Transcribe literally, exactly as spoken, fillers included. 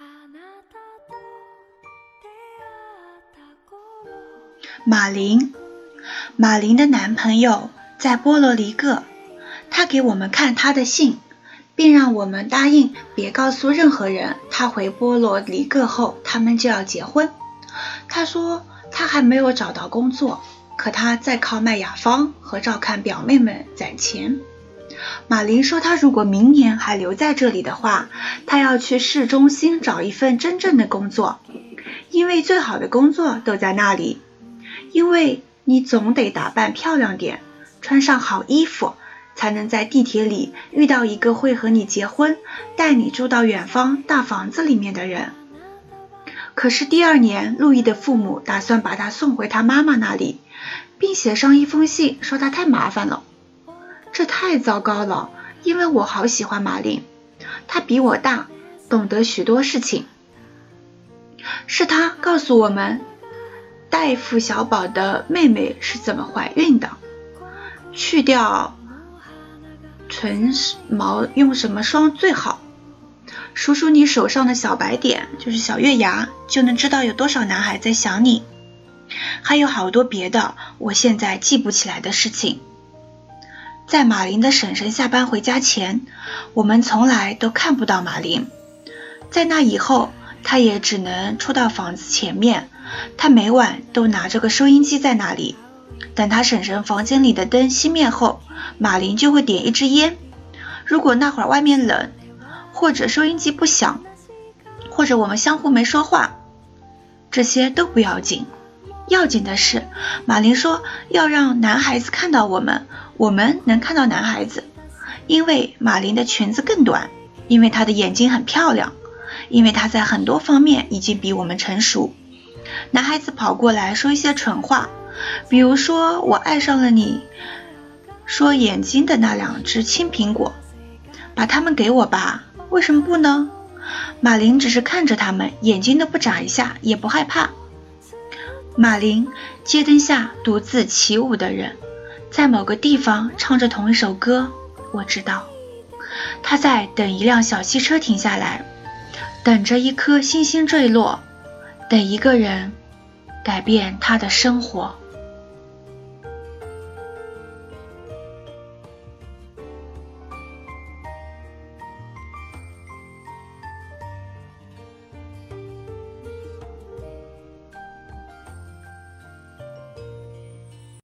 马林，马林的男朋友在波罗黎各，他给我们看他的信，并让我们答应别告诉任何人他回波罗黎各后他们就要结婚。他说他还没有找到工作，可他在靠卖雅芳和照看表妹们攒钱。马林说他如果明年还留在这里的话，他要去市中心找一份真正的工作，因为最好的工作都在那里。因为你总得打扮漂亮点，穿上好衣服，才能在地铁里遇到一个会和你结婚，带你住到远方大房子里面的人。可是第二年，路易的父母打算把他送回他妈妈那里，并写上一封信说他太麻烦了。这太糟糕了，因为我好喜欢马林，他比我大，懂得许多事情。是他告诉我们代父小宝的妹妹是怎么怀孕的，去掉唇毛用什么霜最好，数数你手上的小白点，就是小月牙，就能知道有多少男孩在想你。还有好多别的我现在记不起来的事情。在马林的婶婶下班回家前，我们从来都看不到马林。在那以后，他也只能出到房子前面，他每晚都拿着个收音机在那里。等他婶婶房间里的灯熄灭后，马林就会点一支烟。如果那会儿外面冷，或者收音机不响，或者我们相互没说话，这些都不要紧。要紧的是，马林说要让男孩子看到我们，我们能看到男孩子。因为马林的裙子更短，因为她的眼睛很漂亮，因为她在很多方面已经比我们成熟。男孩子跑过来说一些蠢话，比如说我爱上了你说眼睛的那两只青苹果，把它们给我吧，为什么不呢？马林只是看着他们，眼睛都不眨一下，也不害怕。马林，街灯下独自起舞的人，在某个地方唱着同一首歌，我知道。他在等一辆小汽车停下来，等着一颗星星坠落，等一个人改变他的生活。